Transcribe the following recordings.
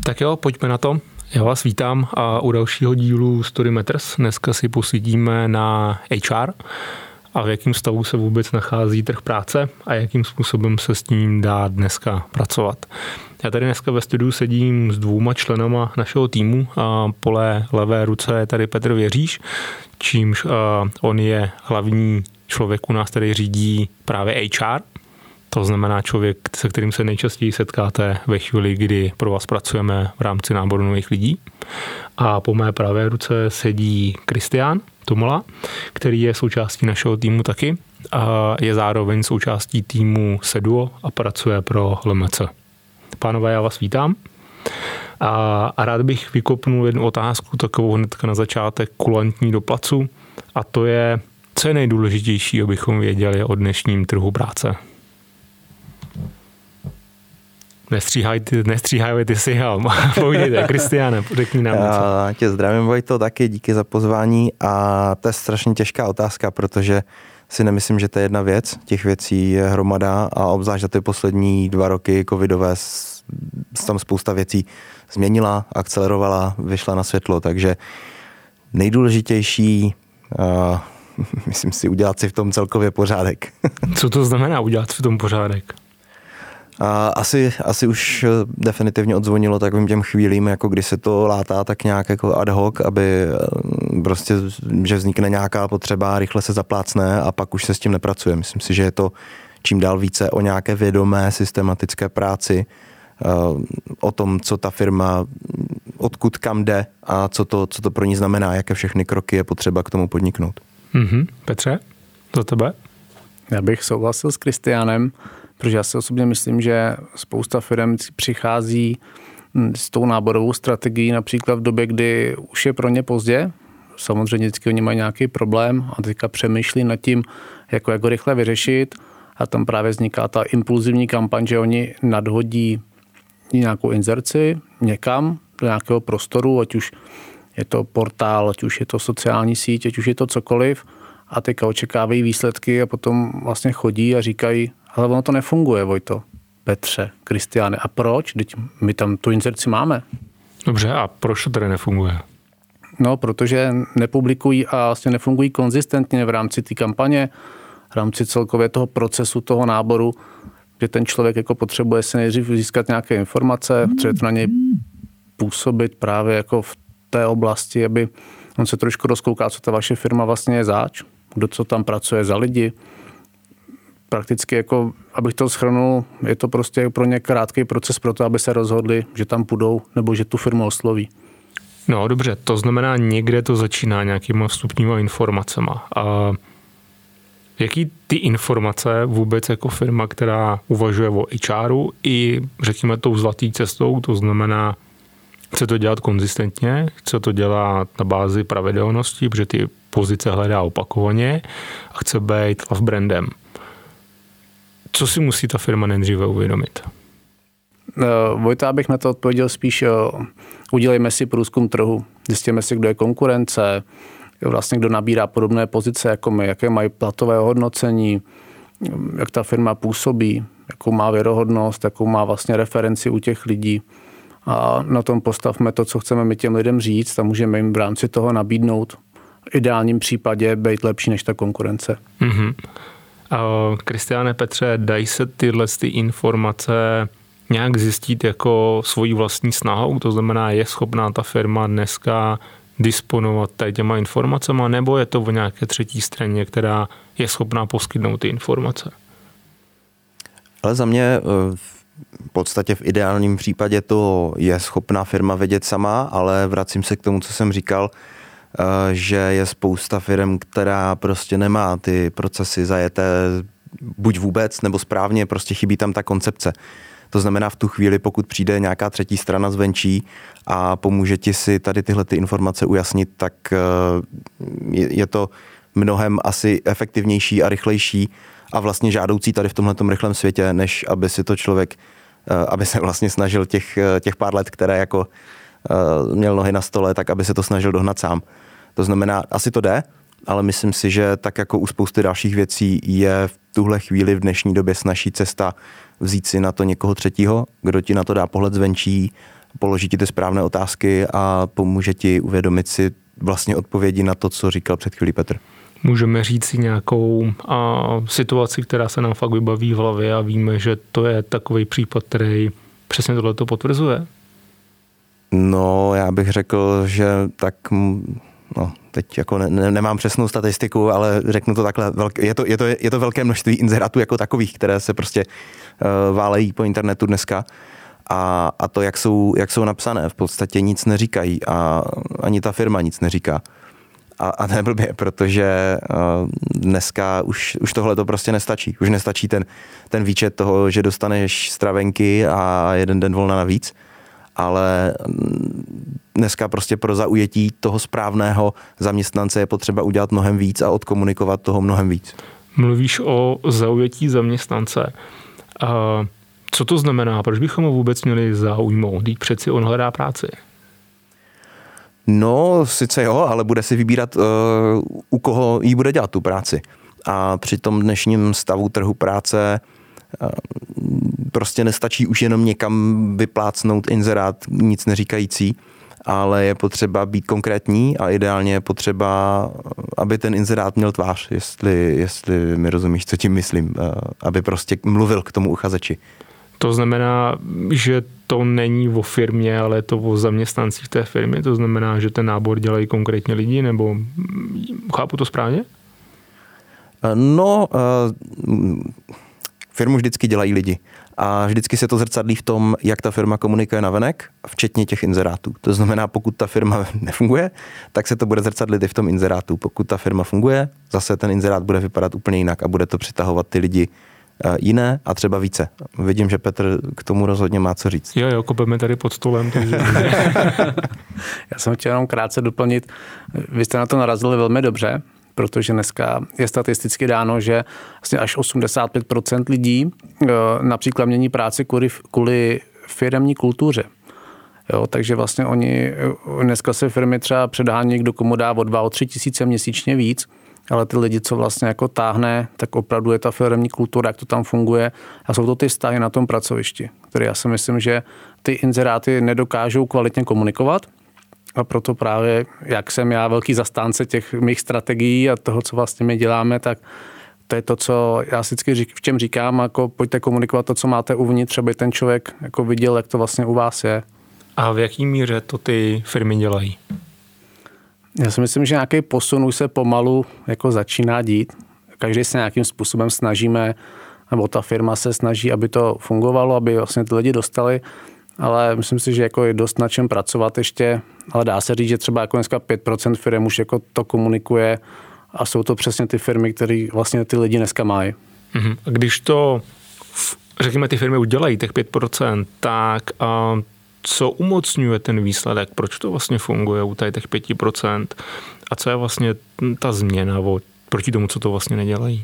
Tak jo, pojďme na to. Já vás vítám a u dalšího dílu Story Matters dneska si posedíme na HR a v jakém stavu se vůbec nachází trh práce a jakým způsobem se s ním dá dneska pracovat. Já tady dneska ve studiu sedím s 2 členama našeho týmu. Po levé ruce je tady Petr Věříš, čímž on je hlavní člověk u nás, který řídí právě HR. To znamená člověk, se kterým se nejčastěji setkáte ve chvíli, kdy pro vás pracujeme v rámci náboru nových lidí. A po mé pravé ruce sedí Kristián Tumola, který je součástí našeho týmu taky. A je zároveň součástí týmu Seduo a pracuje pro LMC. Pánové, já vás vítám. A rád bych vykopnul jednu otázku, takovou hnedka na začátek, kulantní do placu. A to je, co je nejdůležitější, abychom věděli o dnešním trhu práce. Nestříhaj ty si, povídejte, Kristiáne, řekni nám něco. Já tě zdravím, Vojto, taky díky za pozvání a to je strašně těžká otázka, protože si nemyslím, že to je jedna věc, těch věcí je hromada a obzvlášť za ty poslední 2 roky covidové tam spousta věcí změnila, akcelerovala, vyšla na světlo, takže nejdůležitější, myslím si, udělat si v tom celkově pořádek. Co to znamená udělat si v tom pořádek? Asi už definitivně odzvonilo takovým těm chvílím, jako kdy se to látá tak nějak jako ad hoc, aby prostě, že vznikne nějaká potřeba, rychle se zaplácne a pak už se s tím nepracuje. Myslím si, že je to čím dál více o nějaké vědomé, systematické práci, o tom, co ta firma, odkud kam jde a co to pro ní znamená, jaké všechny kroky je potřeba k tomu podniknout. Petře, za tebe? Já bych souhlasil s Kristiánem, protože já si osobně myslím, že spousta firm přichází s tou náborovou strategií například v době, kdy už je pro ně pozdě. Samozřejmě vždycky oni mají nějaký problém a teďka přemýšlí nad tím, jak ho rychle vyřešit a tam právě vzniká ta impulzivní kampaň, že oni nadhodí nějakou inzerci někam do nějakého prostoru, ať už je to portál, ať už je to sociální síť, ať už je to cokoliv a teďka očekávají výsledky a potom vlastně chodí a říkají, ale ono to nefunguje, Vojto, Petře, Kristiáne. A proč? Teď my tam tu inzerci máme. Dobře, a proč to tedy nefunguje? No, protože nepublikují a vlastně nefungují konzistentně v rámci té kampaně, v rámci celkově toho procesu, toho náboru, že ten člověk jako potřebuje se nejdřív získat nějaké informace, potřebuje to na něj působit právě jako v té oblasti, aby on se trošku rozkouká, co ta vaše firma vlastně je zač, kdo co tam pracuje za lidi. Prakticky, jako, abych to shrnul, je to prostě pro ně krátký proces pro to, aby se rozhodli, že tam půjdou nebo že tu firmu osloví. No dobře, to znamená, někde to začíná nějakýma vstupníma informacema. A jaký ty informace vůbec jako firma, která uvažuje o HRu i řekněme tou zlatou cestou, to znamená, chce to dělat konzistentně, chce to dělat na bázi pravidelnosti, protože ty pozice hledá opakovaně a chce být love brandem. Co si musí ta firma nejdříve uvědomit? Vojta, abych na to odpověděl spíš, udělejme si průzkum trhu, zjistíme si, kdo je konkurence, vlastně kdo nabírá podobné pozice jako my, jaké mají platové hodnocení, jak ta firma působí, jakou má věrohodnost, jakou má vlastně referenci u těch lidí. A na tom postavme to, co chceme my těm lidem říct a můžeme jim v rámci toho nabídnout v ideálním případě být lepší než ta konkurence. Kristiáne, Petře, dají se tyhle informace nějak zjistit jako svojí vlastní snahou? To znamená, je schopná ta firma dneska disponovat těma informacema, nebo je to o nějaké třetí straně, která je schopná poskytnout ty informace? Ale za mě v podstatě v ideálním případě to je schopná firma vědět sama, ale vracím se k tomu, co jsem říkal, že je spousta firm, která prostě nemá ty procesy zajeté buď vůbec, nebo správně, prostě chybí tam ta koncepce. To znamená v tu chvíli, pokud přijde nějaká třetí strana zvenčí a pomůže ti si tady tyhle ty informace ujasnit, tak je to mnohem asi efektivnější a rychlejší a vlastně žádoucí tady v tomhletom rychlém světě, než aby si to člověk, aby se vlastně snažil těch pár let, které jako měl nohy na stole, tak aby se to snažil dohnat sám. To znamená, asi to jde, ale myslím si, že tak jako u spousty dalších věcí je v tuhle chvíli v dnešní době snazší cesta vzít si na to někoho třetího, kdo ti na to dá pohled zvenčí, položí ti ty správné otázky a pomůže ti uvědomit si vlastně odpovědi na to, co říkal před chvílí Petr. Můžeme říct si nějakou situaci, která se nám fakt vybaví v hlavě a víme, že to je takový případ, který přesně tohleto potvrzuje? No, já bych řekl, že tak, no, teď jako nemám přesnou statistiku, ale řeknu to takhle, je to velké množství inzerátů jako takových, které se prostě válejí po internetu dneska. A to, jak jsou napsané, v podstatě nic neříkají a ani ta firma nic neříká. A to je blbě, protože dneska už tohle to prostě nestačí. Už nestačí ten výčet toho, že dostaneš stravenky a jeden den volna navíc, ale dneska prostě pro zaujetí toho správného zaměstnance je potřeba udělat mnohem víc a odkomunikovat toho mnohem víc. Mluvíš o zaujetí zaměstnance. Co to znamená? Proč bychom ho vůbec měli zaujmout? Vždyť přeci on hledá práci. No, sice jo, ale bude si vybírat, u koho jí bude dělat tu práci. A při tom dnešním stavu trhu práce prostě nestačí už jenom někam vyplácnout inzerát nic neříkající, ale je potřeba být konkrétní a ideálně je potřeba, aby ten inzerát měl tvář, jestli mi rozumíš, co tím myslím, aby prostě mluvil k tomu uchazeči. To znamená, že to není o firmě, ale je to o zaměstnancích té firmy? To znamená, že ten nábor dělají konkrétně lidi, nebo chápu to správně? No, firmu vždycky dělají lidi. A vždycky se to zrcadlí v tom, jak ta firma komunikuje navenek, včetně těch inzerátů. To znamená, pokud ta firma nefunguje, tak se to bude zrcadlit i v tom inzerátu. Pokud ta firma funguje, zase ten inzerát bude vypadat úplně jinak a bude to přitahovat ty lidi jiné a třeba více. Vidím, že Petr k tomu rozhodně má co říct. Jo, kopeme tady pod stolem. Takže... Já jsem chtěl jenom krátce doplnit. Vy jste na to narazili velmi dobře, protože dneska je statisticky dáno, že vlastně až 85% lidí například mění práci kvůli firemní kultuře. Jo, takže vlastně oni dneska se firmy třeba předhání, kdo komu dá o 2-3 tisíce měsíčně víc, ale ty lidi, co vlastně jako táhne, tak opravdu je ta firemní kultura, jak to tam funguje a jsou to ty vztahy na tom pracovišti, které já si myslím, že ty inzeráty nedokážou kvalitně komunikovat a proto právě, jak jsem já velký zastánce těch mých strategií a toho, co vlastně my děláme, tak to je to, co já vždycky v čem říkám, jako pojďte komunikovat to, co máte uvnitř, aby ten člověk jako viděl, jak to vlastně u vás je. A v jaký míře to ty firmy dělají? Já si myslím, že nějaký posun už se pomalu jako začíná dít. Každý se nějakým způsobem snažíme, nebo ta firma se snaží, aby to fungovalo, aby vlastně ty lidi dostali, ale myslím si, že jako je dost na čem pracovat ještě, ale dá se říct, že třeba jako dneska 5% firm už jako to komunikuje a jsou to přesně ty firmy, které vlastně ty lidi dneska mají. A když to, řekněme, ty firmy udělají těch 5%, tak co umocňuje ten výsledek? Proč to vlastně funguje u těch 5%? A co je vlastně ta změna proti tomu, co to vlastně nedělají?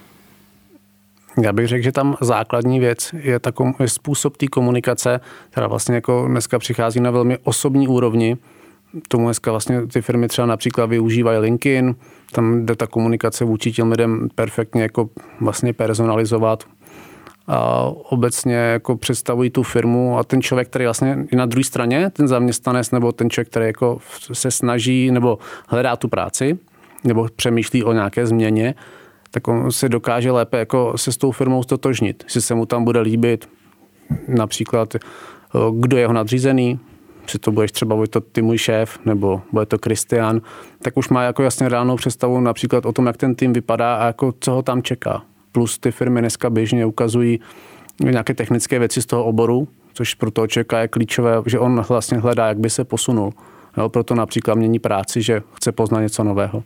Já bych řekl, že tam základní věc je způsob té komunikace, která vlastně jako dneska přichází na velmi osobní úrovni. Tomu dneska vlastně ty firmy třeba například využívají LinkedIn, tam jde ta komunikace vůči těm lidem perfektně jako vlastně personalizovat. A obecně jako představují tu firmu a ten člověk, který vlastně je na druhé straně, ten zaměstnanec nebo ten člověk, který jako se snaží nebo hledá tu práci nebo přemýšlí o nějaké změně, tak on si dokáže lépe jako se s tou firmou stotožnit. Jestli se mu tam bude líbit například, kdo je jeho nadřízený, že to budeš třeba bude to ty můj šéf nebo bude to Kristián, tak už má jako jasně reálnou představu například o tom, jak ten tým vypadá a jako co ho tam čeká. Plus ty firmy dneska běžně ukazují nějaké technické věci z toho oboru, což pro toho člověka je klíčové, že on vlastně hledá, jak by se posunul. Jo, proto například mění práci, že chce poznat něco nového.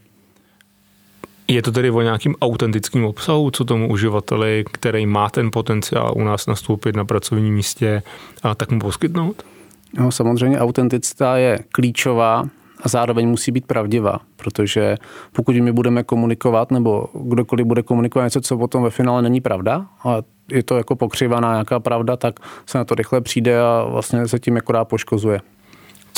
Je to tedy o nějakým autentickým obsahu, co tomu uživateli, který má ten potenciál u nás nastoupit na pracovním místě, a tak mu poskytnout? No, samozřejmě autenticita je klíčová a zároveň musí být pravdivá, protože pokud my budeme komunikovat nebo kdokoliv bude komunikovat něco, co potom ve finále není pravda a je to jako pokřivaná nějaká pravda, tak se na to rychle přijde a vlastně se tím akorát poškozuje.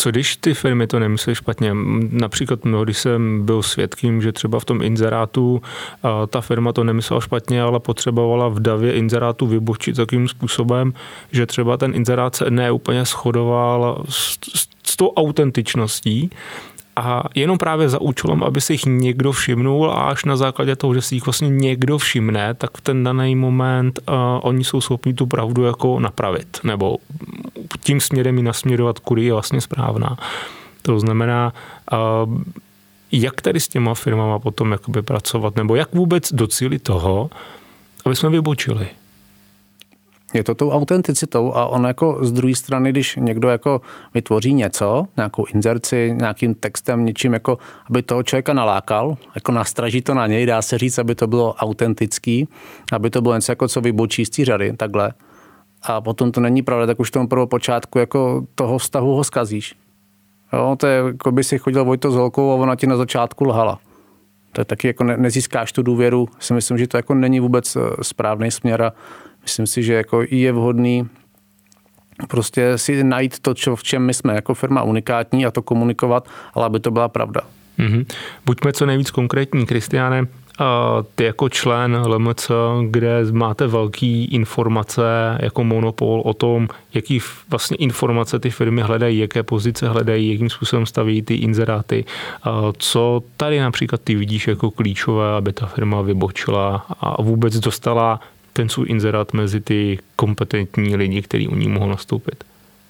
Co když ty firmy to nemyslí špatně? Například když jsem byl svědkem, že třeba v tom inzerátu ta firma to nemyslela špatně, ale potřebovala v davě inzerátu vybočit takým způsobem, že třeba ten inzerát se neúplně shodoval s tou autentičností, a jenom právě za účelem, aby si jich někdo všimnul, a až na základě toho, že si jich vlastně někdo všimne, tak v ten daný moment oni jsou schopni tu pravdu jako napravit, nebo tím směrem ji nasměrovat, kudy je vlastně správná. To znamená, jak tady s těma firmama potom jakoby pracovat, nebo jak vůbec docílit toho, aby jsme vybočili. Je to tou autenticitou a on jako z druhé strany, když někdo jako vytvoří něco, nějakou inzerci, nějakým textem, něčím jako, aby toho člověka nalákal, jako nastraží to na něj, dá se říct, aby to bylo autentický, aby to bylo něco jako, co vybočí z té řady, takhle. A potom to není pravda, tak už v tom prvopočátku jako toho vztahu ho zkazíš. Jo, to je, jako by si chodil Vojto s holkou a ona ti na začátku lhala. To je taky jako nezískáš tu důvěru, si myslím, že to jako není vůbec správný směr a myslím si, že jako je vhodný prostě si najít to, v čem my jsme jako firma unikátní a to komunikovat, ale aby to byla pravda. Mm-hmm. Buďme co nejvíc konkrétní, Kristiáne. Ty jako člen LMC, kde máte velký informace jako monopol o tom, jaký vlastně informace ty firmy hledají, jaké pozice hledají, jakým způsobem staví ty inzeráty. Co tady například ty vidíš jako klíčové, aby ta firma vybočila a vůbec dostala ten svůj inzerát mezi ty kompetentní lidi, kteří u ní mohou nastoupit?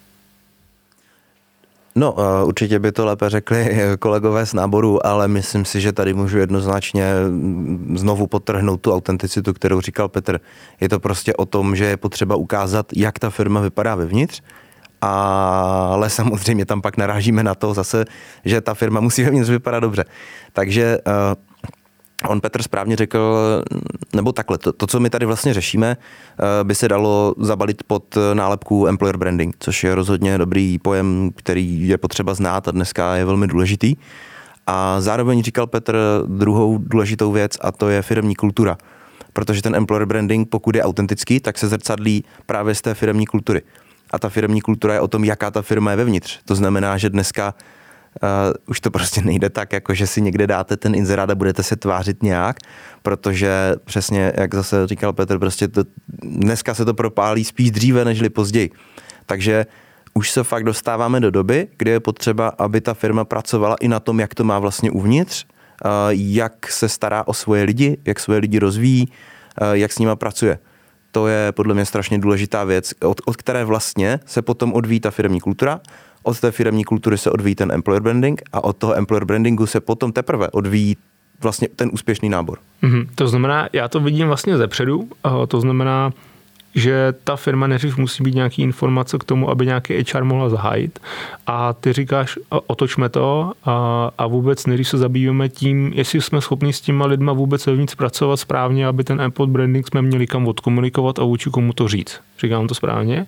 No, určitě by to lépe řekli kolegové z náboru, ale myslím si, že tady můžu jednoznačně znovu podtrhnout tu autenticitu, kterou říkal Petr. Je to prostě o tom, že je potřeba ukázat, jak ta firma vypadá vevnitř, ale samozřejmě tam pak narážíme na to zase, že ta firma musí vevnitř vypadat dobře. Takže on Petr správně řekl, nebo takhle, to, co my tady vlastně řešíme, by se dalo zabalit pod nálepku employer branding, což je rozhodně dobrý pojem, který je potřeba znát a dneska je velmi důležitý. A zároveň říkal Petr druhou důležitou věc a to je firemní kultura. Protože ten employer branding, pokud je autentický, tak se zrcadlí právě z té firemní kultury. A ta firemní kultura je o tom, jaká ta firma je vevnitř. To znamená, že dneska už to prostě nejde tak, jako že si někde dáte ten inzerát a budete se tvářit nějak, protože přesně, jak zase říkal Petr, prostě dneska se to propálí spíš dříve, nežli později. Takže už se fakt dostáváme do doby, kdy je potřeba, aby ta firma pracovala i na tom, jak to má vlastně uvnitř, jak se stará o svoje lidi, jak svoje lidi rozvíjí, jak s nima pracuje. To je podle mě strašně důležitá věc, od které vlastně se potom odvíjí ta firemní kultura. Od té firemní kultury se odvíjí ten employer branding a od toho employer brandingu se potom teprve odvíjí vlastně ten úspěšný nábor. To znamená, já to vidím vlastně zepředu, to znamená, že ta firma nejdřív musí být nějaký informace k tomu, aby nějaký HR mohla zahájit a ty říkáš, otočme to a vůbec nejdřív se zabýváme tím, jestli jsme schopni s těma lidma vůbec vevnitř pracovat správně, aby ten employer branding jsme měli kam odkomunikovat a vůči komu to říct. Říkám to správně?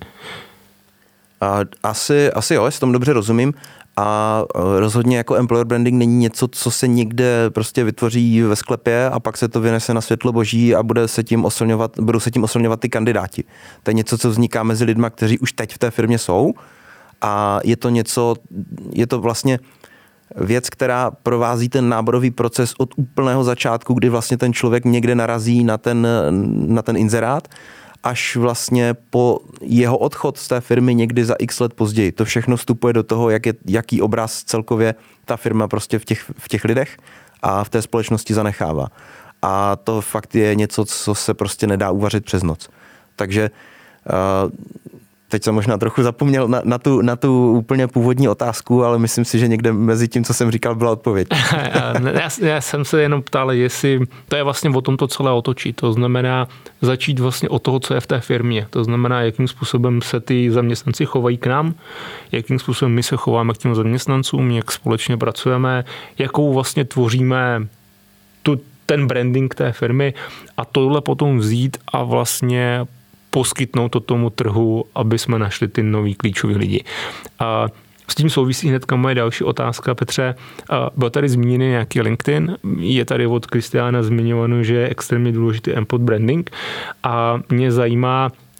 Asi jo, s tom dobře rozumím a rozhodně jako employer branding není něco, co se někde prostě vytvoří ve sklepě a pak se to vynese na světlo boží a budou se tím oslňovat ty kandidáti. To je něco, co vzniká mezi lidma, kteří už teď v té firmě jsou a je to vlastně věc, která provází ten náborový proces od úplného začátku, kdy vlastně ten člověk někde narazí na ten inzerát, až vlastně po jeho odchod z té firmy někdy za x let později. To všechno vstupuje do toho, jaký obraz celkově ta firma prostě v těch lidech a v té společnosti zanechává. A to fakt je něco, co se prostě nedá uvařit přes noc. Takže teď jsem možná trochu zapomněl na tu úplně původní otázku, ale myslím si, že někde mezi tím, co jsem říkal, byla odpověď. Já jsem se jenom ptal, jestli to je vlastně o tom to celé otočit. To znamená začít vlastně od toho, co je v té firmě. To znamená, jakým způsobem se ty zaměstnanci chovají k nám, jakým způsobem my se chováme k těm zaměstnancům, jak společně pracujeme, jakou vlastně tvoříme ten branding té firmy a tohle potom vzít a vlastně poskytnout to tomu trhu, aby jsme našli ty nový klíčový lidi. A s tím souvisí hnedka moje další otázka, Petře. Byl tady zmíněný nějaký LinkedIn, je tady od Kristiána zmiňováno, že je extrémně důležitý employer branding a mě zajímá,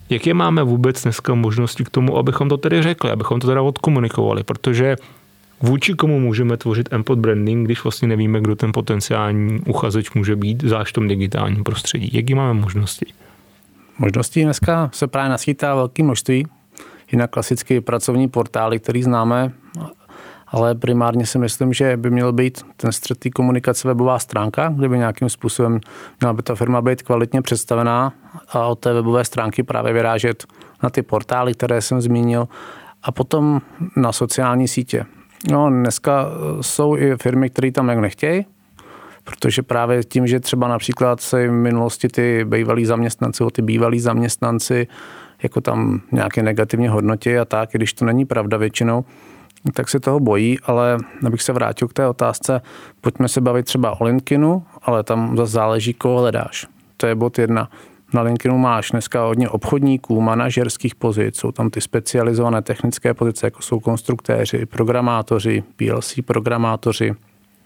Jaké máme vůbec dneska možnosti k tomu, abychom to tedy řekli, abychom to teda odkomunikovali, protože vůči komu můžeme tvořit employer branding, když vlastně nevíme, kdo ten potenciální uchazeč může být, zvlášť v tom digitálním prostředí. Jaké máme možnosti? Možností dneska se právě naskýtá velké množství. Jinak klasicky pracovní portály, který známe, ale primárně si myslím, že by měl být ten střed té komunikace webová stránka, kde by nějakým způsobem měla by ta firma být kvalitně představená a od té webové stránky právě vyrážet na ty portály, které jsem zmínil, a potom na sociální sítě. No, dneska jsou i firmy, které tam jak nechtějí, protože právě tím, že třeba například se v minulosti ty bývalí zaměstnanci jako tam nějaké negativně hodnotí a tak, když to není pravda většinou, tak se toho bojí, ale abych se vrátil k té otázce, pojďme se bavit třeba o LinkedInu, ale tam zase záleží, koho hledáš. To je bod 1. Na LinkedInu máš dneska hodně obchodníků, manažerských pozic, jsou tam ty specializované technické pozice, jako jsou konstruktéři, programátoři, PLC programátoři.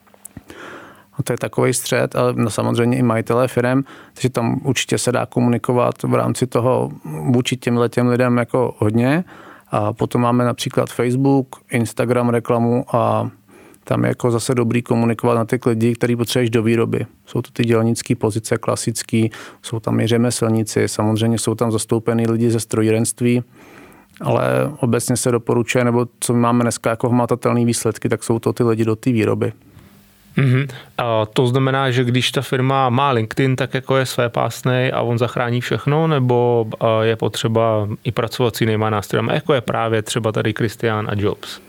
A to je takový střed, ale samozřejmě i majitelé firem, takže tam určitě se dá komunikovat v rámci toho vůči těm lidem jako hodně. A potom máme například Facebook, Instagram reklamu a tam je jako zase dobrý komunikovat na ty lidi, který potřebuješ do výroby. Jsou to ty dělnické pozice klasický, jsou tam i řemeslníci, samozřejmě jsou tam zastoupený lidi ze strojírenství, ale obecně se doporučuje, nebo co máme dneska jako hmatatelné výsledky, tak jsou to ty lidi do té výroby. Mm-hmm. A to znamená, že když ta firma má LinkedIn, tak jako je svépásnej a on zachrání všechno, nebo je potřeba i pracovat s jinýma nástrojem, jako je právě třeba tady Christian a Jobs?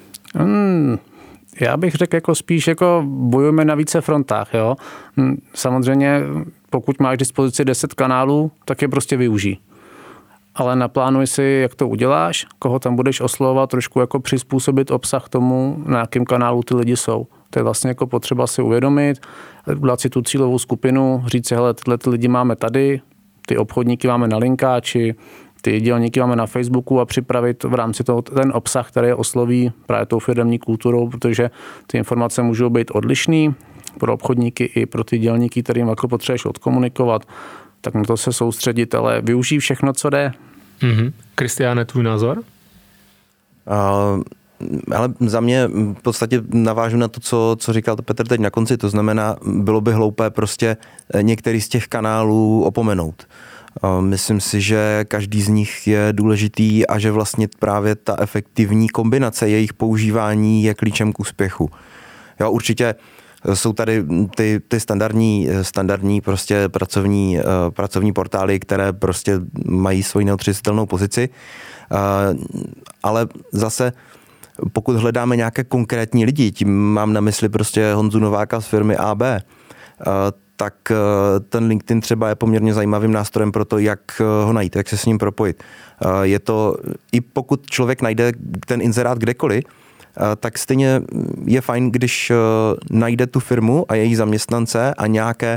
Já bych řekl jako spíš jako bojujeme na více frontách. Jo? Samozřejmě pokud máš k dispozici 10 kanálů, tak je prostě využij. Ale naplánuj si, jak to uděláš, koho tam budeš oslovovat, trošku jako přizpůsobit obsah tomu, na jakém kanálu ty lidi jsou. To je vlastně jako potřeba si uvědomit, udělat si tu cílovou skupinu, říct si, hele, tyhle ty lidi máme tady, ty obchodníky máme na linkáči, ty dělníky máme na Facebooku a připravit v rámci toho ten obsah, který je osloví právě tou firemní kulturou, protože ty informace můžou být odlišný pro obchodníky i pro ty dělníky, kterým jako potřebuješ odkomunikovat, tak na to se soustředit, ale využij všechno, co jde. Kristiáne, tvůj názor? Ale za mě v podstatě navážu na to, co říkal Petr teď na konci, to znamená, bylo by hloupé prostě některý z těch kanálů opomenout. Myslím si, že každý z nich je důležitý a že vlastně právě ta efektivní kombinace jejich používání je klíčem k úspěchu. Jo, určitě jsou tady ty standardní prostě pracovní portály, které prostě mají svoji neotřesitelnou pozici, ale zase pokud hledáme nějaké konkrétní lidi, tím mám na mysli prostě Honzu Nováka z firmy AB, tak ten LinkedIn třeba je poměrně zajímavým nástrojem pro to, jak ho najít, jak se s ním propojit. Je to, i pokud člověk najde ten inzerát kdekoliv, tak stejně je fajn, když najde tu firmu a její zaměstnance a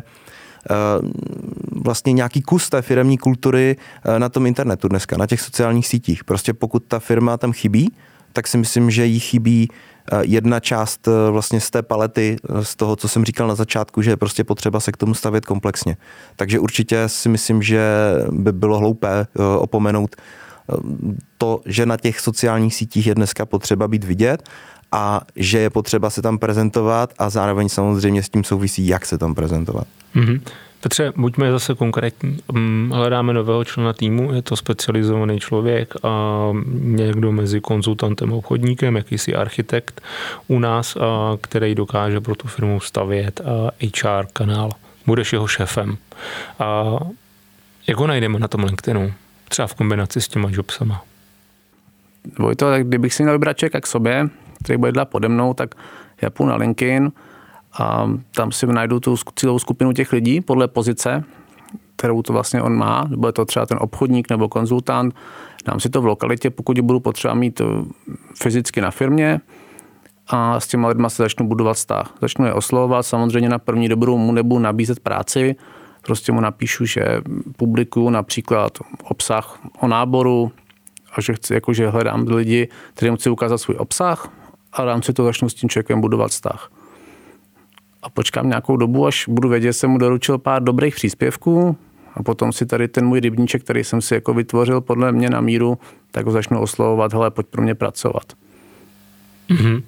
nějaký kus té firemní kultury na tom internetu dneska, na těch sociálních sítích. Prostě pokud ta firma tam chybí, tak si myslím, že jí chybí jedna část vlastně z té palety, z toho, co jsem říkal na začátku, že je prostě potřeba se k tomu stavět komplexně. Takže určitě si myslím, že by bylo hloupé opomenout to, že na těch sociálních sítích je dneska potřeba být vidět a že je potřeba se tam prezentovat a zároveň samozřejmě s tím souvisí, jak se tam prezentovat. Mm-hmm. Petře, buďme zase konkrétní. Hledáme nového člena týmu, je to specializovaný člověk a někdo mezi konzultantem a obchodníkem, jakýsi architekt u nás, který dokáže pro tu firmu stavět HR kanál. Budeš jeho šéfem. Jak ho najdeme na tom LinkedInu? Třeba v kombinaci s těma Jobsama. Vojto, tak kdybych si měl vybrat člověka k sobě, který bude dělat pode mnou, tak já půjdu na LinkedIn a tam si najdu tu cílovou skupinu těch lidí podle pozice, kterou to vlastně on má, nebo je to třeba ten obchodník nebo konzultant. Dám si to v lokalitě, pokud budu potřeba mít fyzicky na firmě a s těma lidma se začnu budovat vztah. Začnu je oslovovat, samozřejmě na první dobu mu nebudu nabízet práci, prostě mu napíšu, že publikuju například obsah o náboru a že chci, jakože hledám lidi, kterým chci ukázat svůj obsah a v rámci toho začnu s tím člověkem budovat vztah. A počkám nějakou dobu, až budu vědět, že jsem mu doručil pár dobrých příspěvků, A potom si tady ten můj rybníček, který jsem si jako vytvořil podle mě na míru, tak ho začnu oslovovat, hele, pojď pro mě pracovat. Mm-hmm.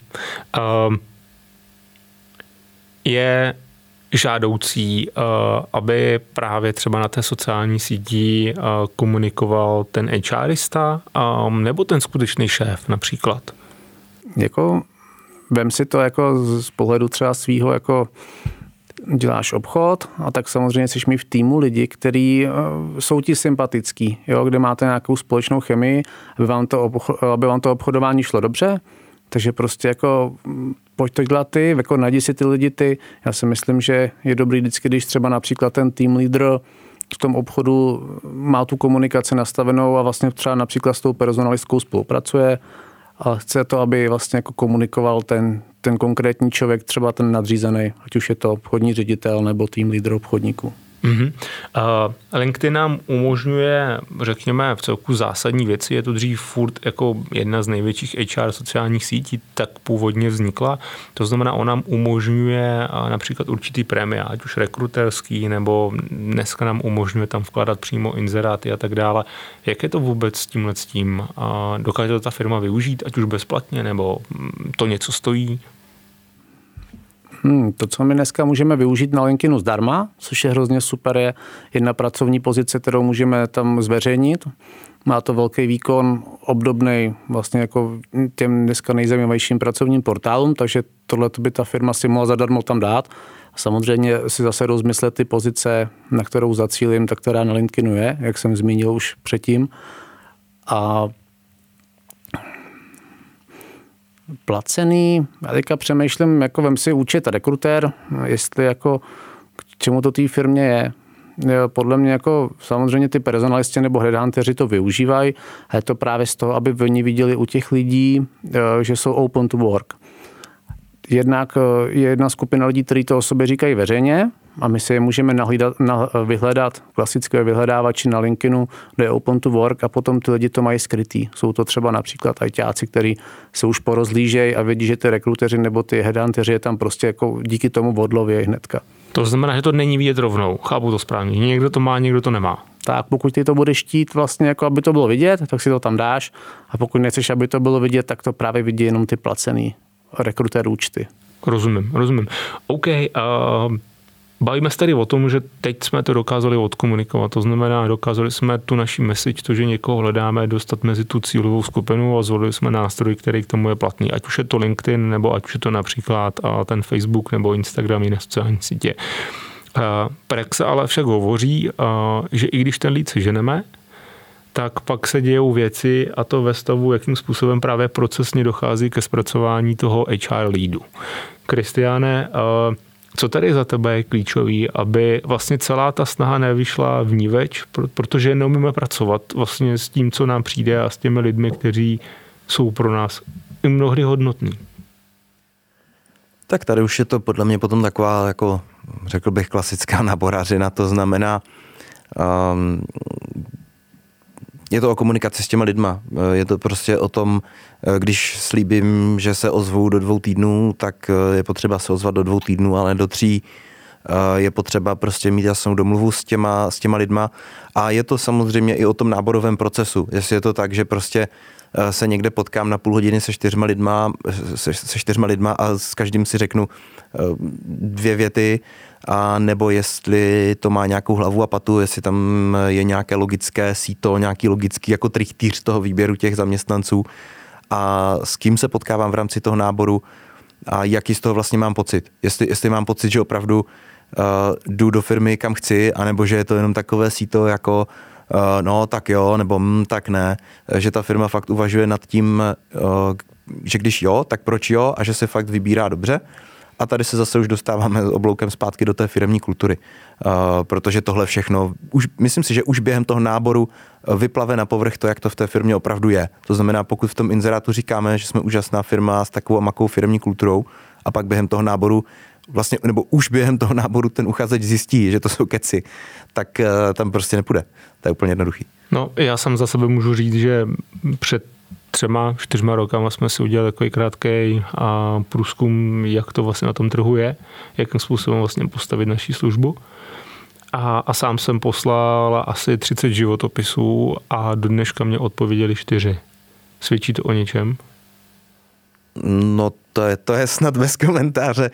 Je žádoucí, aby právě třeba na té sociální síti komunikoval ten HRista nebo ten skutečný šéf například? Jako, vem si to jako z pohledu třeba svýho, jako děláš obchod a tak samozřejmě chceš mít v týmu lidi, kteří jsou ti sympatický, jo, kde máte nějakou společnou chemii, aby vám to obchodování šlo dobře. Takže prostě jako pojď to dělat ty, jako najdi si ty lidi ty. Já si myslím, že je dobrý vždycky, když třeba například ten team leader v tom obchodu má tu komunikaci nastavenou a vlastně třeba například s tou personalistkou spolupracuje a chce to, aby vlastně jako komunikoval ten konkrétní člověk, třeba ten nadřízený, ať už je to obchodní ředitel nebo team leader obchodníku. Mm-hmm. LinkedIn nám umožňuje, řekněme, v celku zásadní věci. Je to dřív furt jako jedna z největších HR sociálních sítí, tak původně vznikla. To znamená, on nám umožňuje například určitý prémia, ať už rekruterský, nebo dneska nám umožňuje tam vkládat přímo inzeráty a tak dále. Jak je to vůbec s tímhletím? Dokáže to ta firma využít, ať už bezplatně, nebo to něco stojí? To, co my dneska můžeme využít na LinkedInu zdarma, což je hrozně super, je jedna pracovní pozice, kterou můžeme tam zveřejnit. Má to velký výkon, obdobný vlastně jako těm dneska nejzajímavějším pracovním portálům, takže tohle by ta firma si mohla zadarmo tam dát. A samozřejmě si zase rozmyslet ty pozice, na kterou zacílím, tak která na LinkedInu je, jak jsem zmínil už předtím. A placený, já teďka přemýšlím, jako vem si účet a rekrutér, jestli jako k čemu to té firmě je. Podle mě jako samozřejmě ty personalisti nebo headhunteři to využívají a je to právě z toho, aby oni viděli u těch lidí, že jsou open to work. Jednak je jedna skupina lidí, kteří to o sobě říkají veřejně a my si je můžeme vyhledat klasické vyhledávači na LinkedInu, kde je open to work a potom ty lidi to mají skrytý. Jsou to třeba například ajťáci, kteří se už porozlížejí a vědí, že ty rekruteři nebo ty headhunteři je tam prostě jako díky tomu odlovějí hnedka. To znamená, že to není vidět rovnou. Chápu to správně. Někdo to má, někdo to nemá. Tak pokud ty to budeš chtít vlastně jako aby to bylo vidět, tak si to tam dáš a pokud nechceš, aby to bylo vidět, tak to právě vidí jenom ty placený rekrutér účty. Rozumím. OK, bavíme se tady o tom, že teď jsme to dokázali odkomunikovat, to znamená, dokázali jsme tu naši message, to, že někoho hledáme, dostat mezi tu cílovou skupinu a zvolili jsme nástroj, který k tomu je platný. Ať už je to LinkedIn, nebo ať už je to například ten Facebook nebo Instagram, jiné sociální sítě. Praxe ale však hovoří, že i když ten lead seženeme, tak pak se dějou věci a to ve stavu, jakým způsobem právě procesně dochází ke zpracování toho HR leadu. Kristiáne, co tady za tebe je klíčový, aby vlastně celá ta snaha nevyšla vníveč, protože neumíme pracovat vlastně s tím, co nám přijde a s těmi lidmi, kteří jsou pro nás i mnohdy hodnotní. Tak tady už je to podle mě potom taková, jako řekl bych, klasická naborařina, to znamená, je to o komunikaci s těma lidma. Je to prostě o tom, když slíbím, že se ozvu do 2 týdnů, tak je potřeba se ozvat do 2 týdnů, ale do 3 je potřeba prostě mít jasnou domluvu s těma lidma. A je to samozřejmě i o tom náborovém procesu. Jestli je to tak, že prostě se někde potkám na půl hodiny se 4 lidma a s každým si řeknu 2 věty, a nebo jestli to má nějakou hlavu a patu, jestli tam je nějaké logické síto, nějaký logický jako trichtýř toho výběru těch zaměstnanců a s kým se potkávám v rámci toho náboru a jaký z toho vlastně mám pocit. Jestli mám pocit, že opravdu jdu do firmy, kam chci, anebo že je to jenom takové síto jako no tak jo, nebo tak ne, že ta firma fakt uvažuje nad tím, že když jo, tak proč jo a že se fakt vybírá dobře. A tady se zase už dostáváme obloukem zpátky do té firemní kultury, protože tohle všechno, myslím si, že už během toho náboru vyplave na povrch to, jak to v té firmě opravdu je. To znamená, pokud v tom inzerátu říkáme, že jsme úžasná firma s takovou a makou firemní kulturou a pak během toho náboru vlastně, nebo už během toho náboru ten uchazeč zjistí, že to jsou keci, tak tam prostě nepůjde. To je úplně jednoduchý. No, já sám za sebe můžu říct, že před 3-4 rokama jsme si udělali takový krátký průzkum, jak to vlastně na tom trhu je, jakým způsobem vlastně postavit naši službu. a sám jsem poslal asi 30 životopisů a do dneška mě odpověděli 4. Svědčí to o něčem? No to je snad bez komentáře.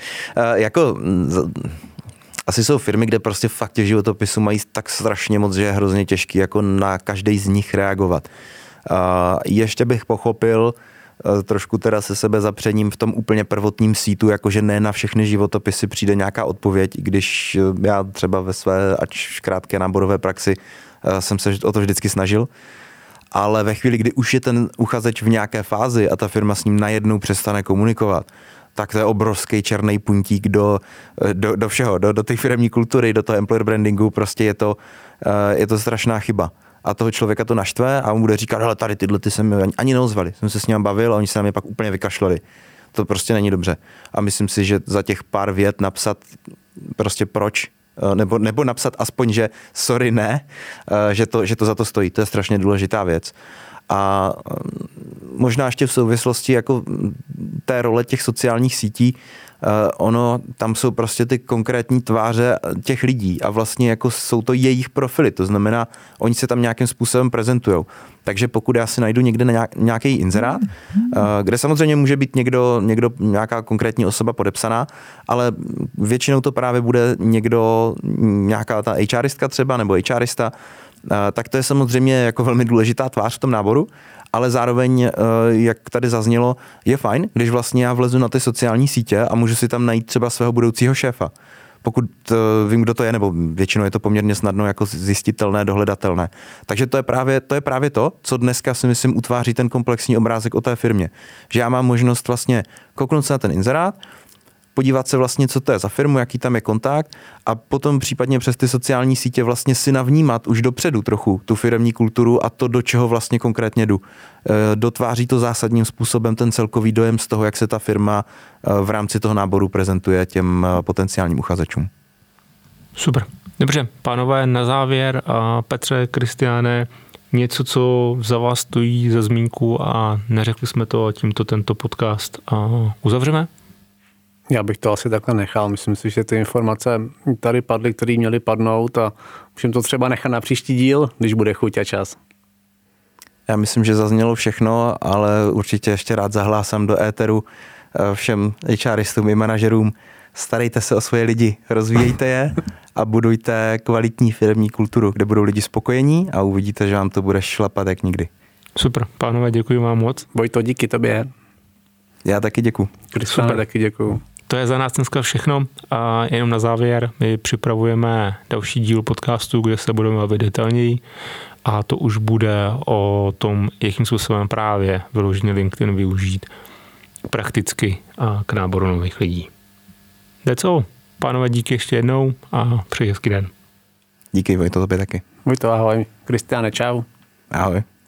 Asi jsou firmy, kde prostě fakt těch životopisů mají tak strašně moc, že je hrozně těžký jako na každý z nich reagovat. Ještě bych pochopil trošku teda se sebe zapřením v tom úplně prvotním sítu, jakože ne na všechny životopisy přijde nějaká odpověď, i když já třeba ve své ač krátké náborové praxi jsem se o to vždycky snažil. Ale ve chvíli, kdy už je ten uchazeč v nějaké fázi a ta firma s ním najednou přestane komunikovat, tak to je obrovský černý puntík do všeho, do té firemní kultury, do toho employer brandingu, prostě je to strašná chyba. A toho člověka to naštve a on bude říkat, hele, tady tyhle ty se mi ani neozvali. Jsem se s ním bavil a oni se na mě pak úplně vykašlali. To prostě není dobře. A myslím si, že za těch pár vět napsat prostě proč, nebo napsat aspoň, že sorry, ne, že to za to stojí. To je strašně důležitá věc. A možná ještě v souvislosti jako té role těch sociálních sítí, tam jsou prostě ty konkrétní tváře těch lidí a vlastně jako jsou to jejich profily, to znamená, oni se tam nějakým způsobem prezentujou. Takže pokud já si najdu někde nějaký inzerát, kde samozřejmě může být nějaká konkrétní osoba podepsaná, ale většinou to právě bude nějaká ta HRistka třeba nebo HRista, tak to je samozřejmě jako velmi důležitá tvář v tom náboru, ale zároveň, jak tady zaznělo, je fajn, když vlastně já vlezu na ty sociální sítě a můžu si tam najít třeba svého budoucího šéfa. Pokud vím, kdo to je, nebo většinou je to poměrně snadno jako zjistitelné, dohledatelné. Takže to je právě to, co dneska si myslím utváří ten komplexní obrázek o té firmě. Že já mám možnost vlastně kouknout se na ten inzerát, podívat se vlastně, co to je za firmu, jaký tam je kontakt a potom případně přes ty sociální sítě vlastně si navnímat už dopředu trochu tu firemní kulturu a to, do čeho vlastně konkrétně jdu. Dotváří to zásadním způsobem ten celkový dojem z toho, jak se ta firma v rámci toho náboru prezentuje těm potenciálním uchazečům. Super. Dobře, pánové, na závěr, Petře, Kristiáne, něco, co za vás stojí za zmínku a neřekli jsme to a tímto tento podcast uzavřeme? Já bych to asi takhle nechal. Myslím si, že ty informace tady padly, které měly padnout a můžeme to třeba nechat na příští díl, když bude chuť a čas. Já myslím, že zaznělo všechno, ale určitě ještě rád zahlásám do éteru všem HRistům i manažerům. Starejte se o svoje lidi, rozvíjejte je a budujte kvalitní firemní kulturu, kde budou lidi spokojení a uvidíte, že vám to bude šlapat jak nikdy. Super, pánové, děkuji vám moc. Vojto, díky tobě. Já taky děkuji. Super, taky děkuji. To je za nás dneska všechno a jenom na závěr my připravujeme další díl podcastu, kde se budeme bavit detailněji a to už bude o tom, jakým způsobem právě vyloženě LinkedIn využít prakticky a k náboru nových lidí. That's all. Pánové, díky ještě jednou a přeji hezký den. Díky, Vojto, tobě taky. Vojto, ahoj. Kristiáne, čau. Ahoj.